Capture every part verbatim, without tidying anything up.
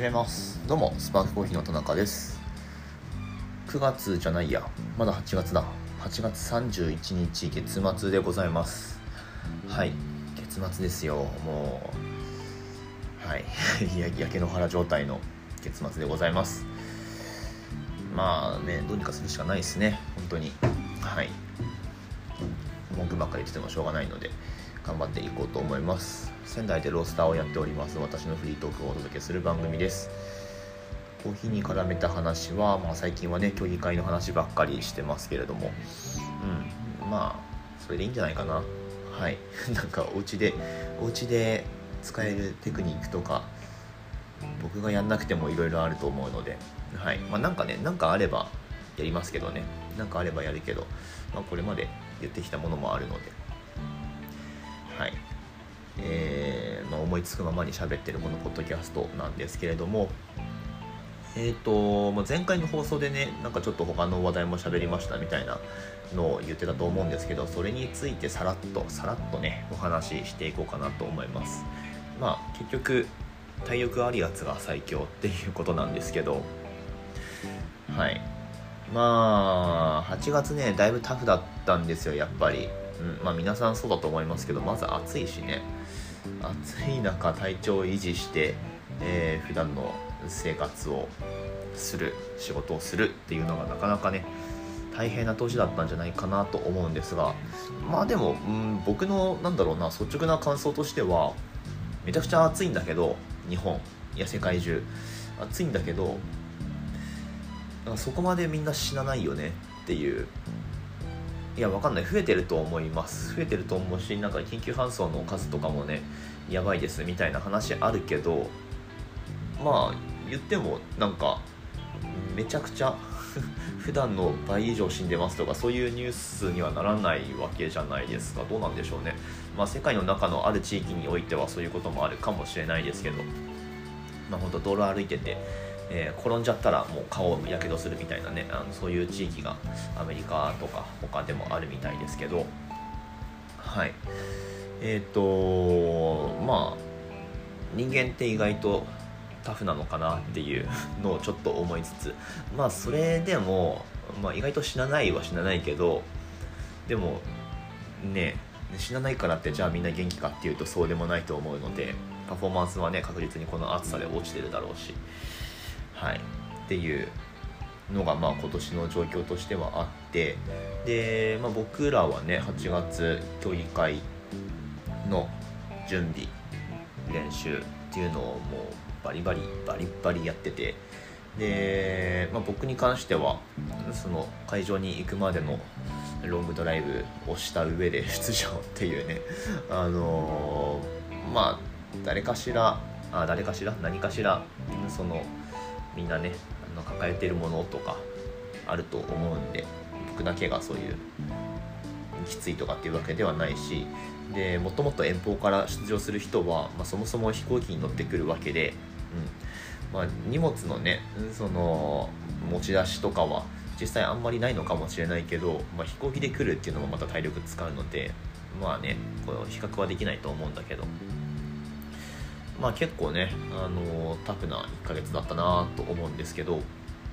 始めます。どうもスパークコーヒーの田中です。くがつじゃないやまだはちがつだ。はちがつさんじゅういちにち月末でございます。はい、月末ですよ。もうはい焼け野原状態の月末でございます。まあね、どうにかするしかないですね、本当に。はい、文句ばっかり言っててもしょうがないので頑張っていこうと思います。仙台でロースターをやっております私のフリートークをお届けする番組です。コーヒーに絡めた話は、まあ、最近はね競技会の話ばっかりしてますけれども、うん、まあそれでいいんじゃないかな。はいなんかお家でお家で使えるテクニックとか僕がやんなくてもいろいろあると思うので、はい、まあなんかねなんかあればやりますけどねなんかあればやるけど、まあ、これまで言ってきたものもあるので、はいえーまあ、思いつくままに喋ってるこのポッドキャストなんですけれども、えーとまあ、前回の放送でねなんかちょっと他の話題も喋りましたみたいなのを言ってたと思うんですけど、それについてさらっとさらっとねお話ししていこうかなと思います。まあ結局体力あるやつが最強っていうことなんですけど、はいまあはちがつねだいぶタフだったんですよやっぱり。うん、まあ皆さんそうだと思いますけど、まず暑いしね暑い中体調を維持して、えー、普段の生活をする仕事をするっていうのがなかなかね大変な年だったんじゃないかなと思うんですが、まあでも、うん、僕のなんだろうな率直な感想としてはめちゃくちゃ暑いんだけど、日本いや世界中暑いんだけどそこまでみんな死なないよねっていう。いやわかんない、増えてると思います増えてると思うし、なんか緊急搬送の数とかもねやばいですみたいな話あるけど、まあ言ってもなんかめちゃくちゃ普段の倍以上死んでますとかそういうニュースにはならないわけじゃないですか。どうなんでしょうね。まあ世界の中のある地域においてはそういうこともあるかもしれないですけど、まあ本当道路歩いててえー、転んじゃったらもう顔やけどするみたいなね、あのそういう地域がアメリカとか他でもあるみたいですけど、はいえっ、ー、とまあ人間って意外とタフなのかなっていうのをちょっと思いつつ、まあそれでも、まあ、意外と死なないは死なないけど、でもね死なないからってじゃあみんな元気かっていうとそうでもないと思うので、パフォーマンスはね確実にこの暑さで落ちてるだろうし、はい、っていうのがまあ今年の状況としてはあって、で、まあ、僕らはねはちがつ競技会の準備練習っていうのをもうバリバリバリバリやってて、で、まあ、僕に関してはその会場に行くまでのロングドライブをした上で出場っていうね、あのー、まあ誰かしらあ誰かしら何かしらそのみんなねあの抱えてるものとかあると思うんで、僕だけがそういうきついとかっていうわけではないし、でもともと遠方から出場する人は、まあ、そもそも飛行機に乗ってくるわけで、うんまあ、荷物のねその持ち出しとかは実際あんまりないのかもしれないけど、まあ、飛行機で来るっていうのもまた体力使うので、まあねこう比較はできないと思うんだけど、まあ結構ね、あのー、タフないっかげつだったなと思うんですけど、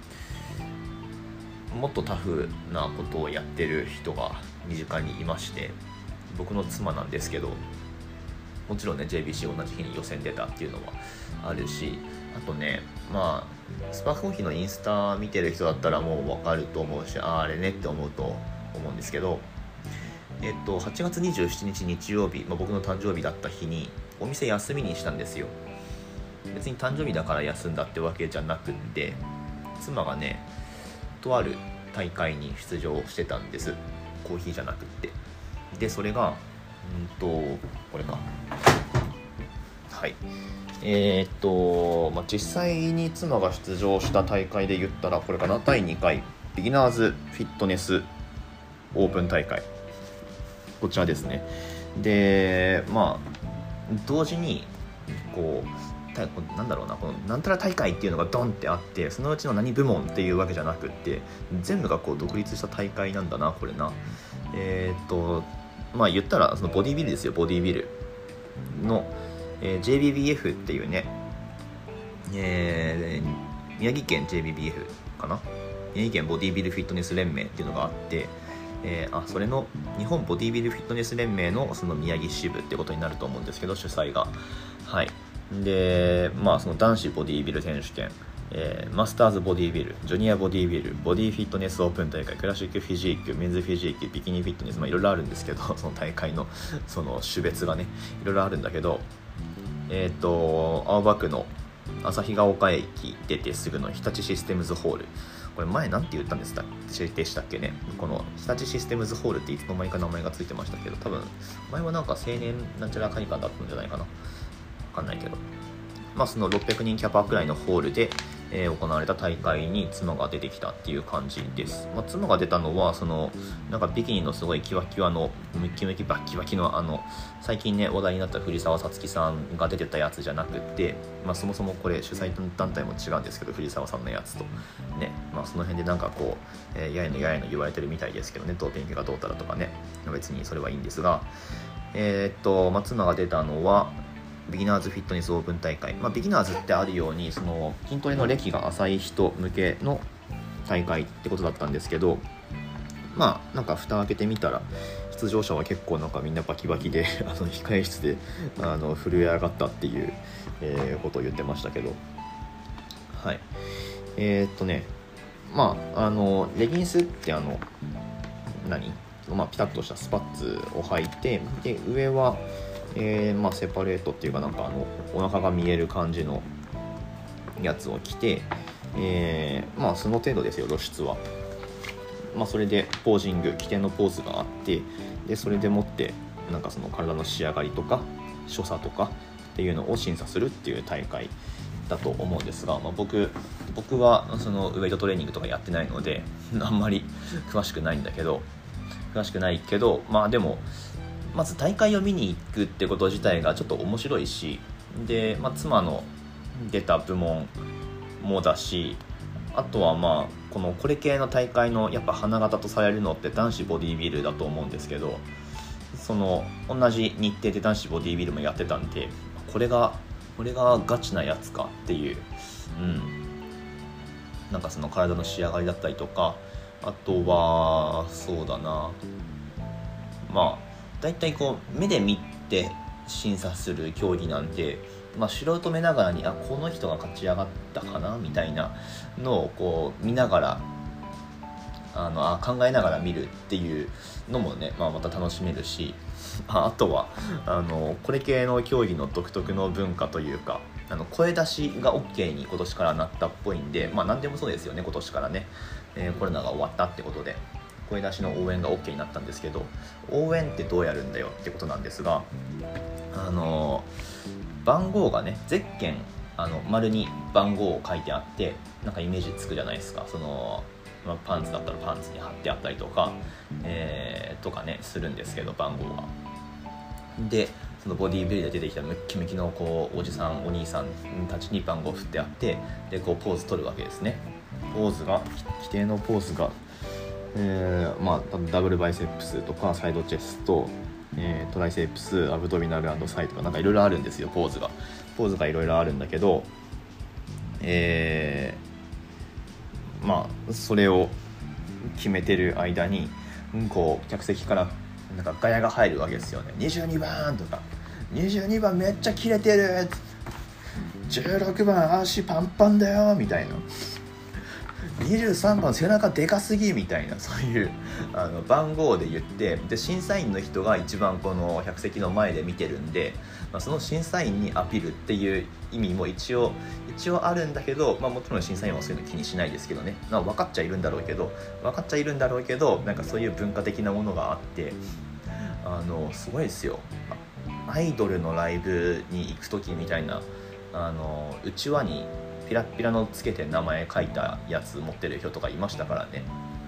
もっとタフなことをやってる人が身近にいまして、僕の妻なんですけど、もちろんね ジェイビーシー 同じ日に予選出たっていうのはあるし、あとねまあスパークコーヒーのインスタ見てる人だったらもう分かると思うし、あ, あれねって思うと思うんですけど、えっとはちがつにじゅうしちにち日曜日、まあ、僕の誕生日だった日にお店休みにしたんですよ。別に誕生日だから休んだってわけじゃなくって、妻がねとある大会に出場してたんです。コーヒーじゃなくって。でそれがうんとこれかはいえー、っと、まあ、実際に妻が出場した大会で言ったらこれかな、だいにかいビギナーズフィットネスオープン大会、こちらですね。でまあ同時にこうなんだろうなこのなんたら大会っていうのがドンってあって、そのうちの何部門っていうわけじゃなくって全部がこう独立した大会なんだなこれな。えー、っとまあ言ったらそのボディビルですよ。ボディビルの、えー、ジェイビービーエフ っていうねえー、宮城県 ジェービービーエフ かな、宮城県ボディビルフィットネス連盟っていうのがあって、えー、あそれの日本ボディビルフィットネス連盟のその宮城支部ってことになると思うんですけど、主催がはいで、まあその男子ボディビル選手権、えー、マスターズボディビル、ジュニアボディビル、ボディフィットネスオープン大会、クラシックフィジーク、メンズフィジーク、ビキニフィットネス、まあいろいろあるんですけど、その大会のその種別がねいろいろあるんだけど、えっ、ー、と青葉区の旭ヶ丘駅出てすぐの日立システムズホール、これ前なんて言ったんでしたでしたっけね、この日立システムズホールっていつの間にか名前がついてましたけど、多分前はなんか青年なんちゃら会館だったんじゃないかな、わかんないけど、まあそのろっぴゃくにんキャパくらいのホールで、えー、行われた大会に妻が出てきたっていう感じです。まあ、妻が出たのはそのなんかビキニのすごいキワキワのムキムキバッキバキのあの最近ね話題になった藤沢さつきさんが出てたやつじゃなくって、まあ、そもそもこれ主催団体も違うんですけど、藤沢さんのやつとね、まあ、その辺でなんかこう、えー、ややのややの言われてるみたいですけどね、ドーピングがどうたらとかね、別にそれはいいんですが、えー、っと、まあ、妻が出たのはビギナーズフィットネスオープン大会、まあ、ビギナーズってあるようにその筋トレの歴が浅い人向けの大会ってことだったんですけど、まあなんか蓋開けてみたら出場者は結構なんかみんなバキバキであの控え室であの震え上がったっていう、えー、ことを言ってましたけど、はいえー、っとねまああのレギンスってあの何、まあ、ピタッとしたスパッツを履いて、で上はえーまあ、セパレートっていうかなんかあのお腹が見える感じのやつを着て、えー、まあその程度ですよ露出は。まあそれでポージング規定のポーズがあって、でそれでもってなんかその体の仕上がりとか所作とかっていうのを審査するっていう大会だと思うんですが、まあ、僕僕はそのウェイトトレーニングとかやってないのであんまり詳しくないんだけど詳しくないけどまあでもまず大会を見に行くってこと自体がちょっと面白いし、で、まあ、妻の出た部門もだし、あとはまあこのこれ系の大会のやっぱ花形とされるのって男子ボディビルだと思うんですけど、その同じ日程で男子ボディビルもやってたんで、これがこれがガチなやつかっていう、うん、なんかその体の仕上がりだったりとか、あとはそうだな、まあだいたいこう目で見て審査する競技なんて、まあ、素人目ながらにあこの人が勝ち上がったかなみたいなのをこう見ながらあのあ考えながら見るっていうのもね、まあ、また楽しめるし、あ, あとはあのこれ系の競技の独特の文化というか、あの声出しが OK に今年からなったっぽいんで、まあ何でもそうですよね今年からね、えー、コロナが終わったってことで声出しの応援が OK になったんですけど、応援ってどうやるんだよってことなんですが、あの番号がねゼッケンあの丸に番号を書いてあってなんかイメージつくじゃないですか。その、まあ、パンツだったらパンツに貼ってあったりとか、えー、とかねするんですけど、番号がでそのボディービルで出てきたムッキムキのこうおじさんお兄さんたちに番号を振ってあって、でこうポーズ取るわけですね。ポーズが規定のポーズがえー、まあダブルバイセップスとかサイドチェスト、えー、トライセップス、アブドミナル&サイとかなんかいろいろあるんですよ。ポーズがポーズがいろいろあるんだけど、えー、まあそれを決めてる間にこう客席からなんかガヤが入るわけですよね。にじゅうにばんとかにじゅうにばんめっちゃキレてる、じゅうろくばん足パンパンだよみたいな、にじゅうさんばん背中でかすぎみたいな、そういうあの番号で言って、で審査員の人が一番この客席の前で見てるんで、まあ、その審査員にアピールっていう意味も一応一応あるんだけど、まあ、もちろん審査員はそういうの気にしないですけどね、まあ、分かっちゃいるんだろうけど分かっちゃいるんだろうけどなんかそういう文化的なものがあって、あのすごいですよ。アイドルのライブに行く時みたいな、あのうちわにピラッピラのつけて名前書いたやつ持ってる人とかいましたからね。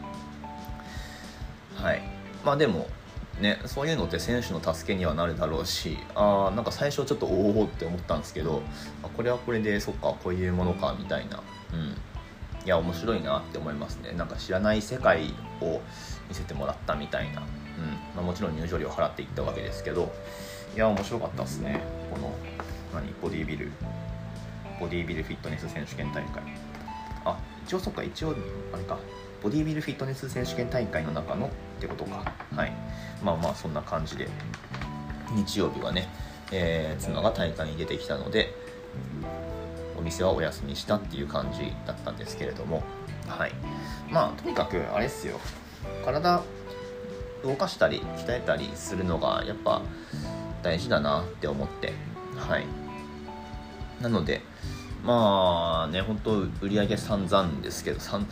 はい。まあでもね、そういうのって選手の助けにはなるだろうし、あなんか最初ちょっとおおって思ったんですけど、これはこれでそっかこういうものかみたいな、うん、いや面白いなって思いますね。なんか知らない世界を見せてもらったみたいな、うんまあ、もちろん入場料払っていったわけですけど、いや面白かったですね。この何ボディビルボディビルフィットネス選手権大会、あ一応そっか一応あれかボディビルフィットネス選手権大会の中のってことか。はい、まあまあそんな感じで日曜日はね、えー、妻が大会に出てきたのでお店はお休みしたっていう感じだったんですけれども、はい、まあとにかくあれですよ、体動かしたり鍛えたりするのがやっぱ大事だなって思って、はい、なのでまあね、本当売り上げ散々ですけど、散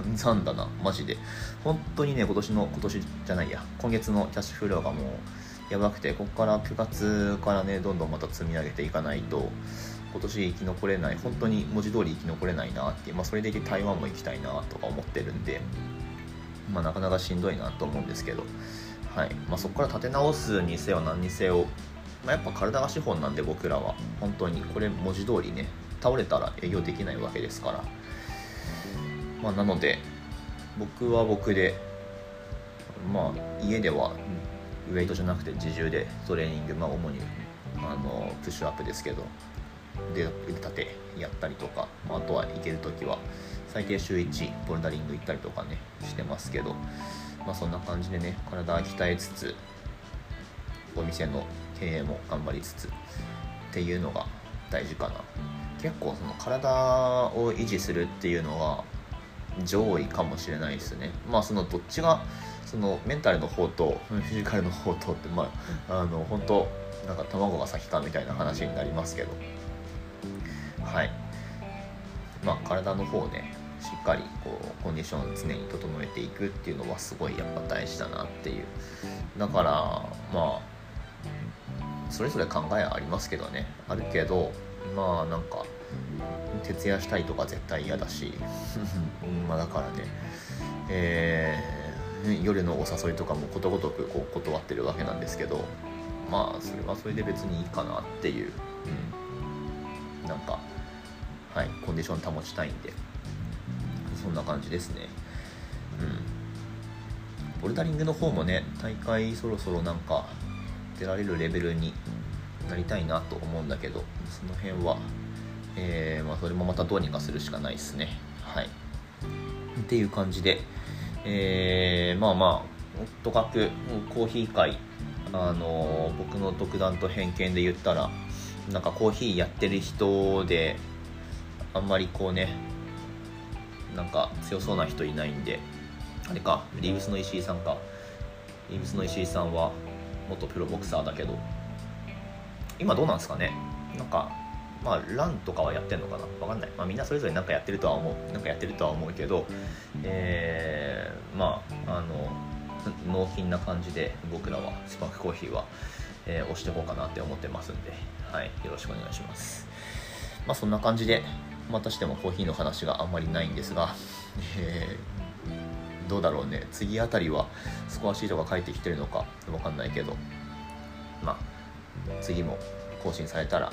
々だなマジで。本当にね、今年の今年じゃないや今月のキャッシュフローがもうやばくて、ここからくがつからねどんどんまた積み上げていかないと今年生き残れない、本当に文字通り生き残れないなっていう、まあそれでいて台湾も行きたいなとか思ってるんで、まあなかなかしんどいなと思うんですけど、はい、まあそこから立て直すにせよ何にせよ、まあ、やっぱ体が資本なんで僕らは本当にこれ文字通りね倒れたら営業できないわけですから、まあ、なので僕は僕で、まあ、家ではウェイトじゃなくて自重でトレーニング、まあ、主にあのプッシュアップですけどで腕立てやったりとか、まあ、あとは行けるときは最低週いちボルダリング行ったりとかねしてますけど、まあ、そんな感じでね体鍛えつつお店の経営も頑張りつつっていうのが大事かな。結構その体を維持するっていうのは上位かもしれないですね。まあそのどっちがそのメンタルの方とフィジカルの方とってまああの本当なんか卵が先かみたいな話になりますけど、はい、まあ体の方ねしっかりこうコンディションを常に整えていくっていうのはすごいやっぱ大事だなっていう。だからまあそれぞれ考えありますけどね、あるけどまあなんか徹夜したいとか絶対嫌だしまあだからね、えー、夜のお誘いとかもことごとくこう断ってるわけなんですけど、まあそれはそれで別にいいかなっていう、うん、なんかはいコンディション保ちたいんでそんな感じですね。うん、ボルダリングの方もね大会そろそろなんか出られるレベルになりたいなと思うんだけど、その辺は、えーまあ、それもまたどうにかするしかないですね。はい。っていう感じで、えー、まあまあとかくコーヒー会、あのー、僕の独断と偏見で言ったらなんかコーヒーやってる人であんまりこうねなんか強そうな人いないんで、あれかリーブスの石井さんかリーブスの石井さんは元プロボクサーだけど今どうなんですかね。なんかまあランとかはやってんのかなわかんない。まあみんなそれぞれなんかやってるとは思うなんかやってるとは思うけど、えー、まああの納品な感じで僕らはスパークコーヒーは、えー、押していこうかなって思ってますんで、はい、よろしくお願いします。まあそんな感じでまたしてもコーヒーの話があんまりないんですが、えー、どうだろうね、次あたりはスコアシートが返ってきてるのかわかんないけど、まあ次も更新されたら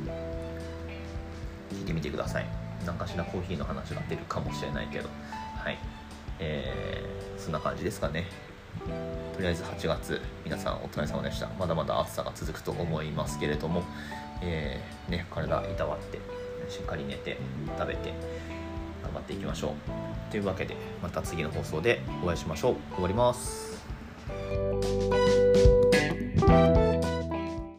聞いてみてください。何かしらコーヒーの話が出るかもしれないけど、はい、えー、そんな感じですかね。とりあえずはちがつ皆さんお疲れ様でした。まだまだ暑さが続くと思いますけれども、えーね、体いたわってしっかり寝て食べて頑張っていきましょう。というわけでまた次の放送でお会いしましょう。終わります。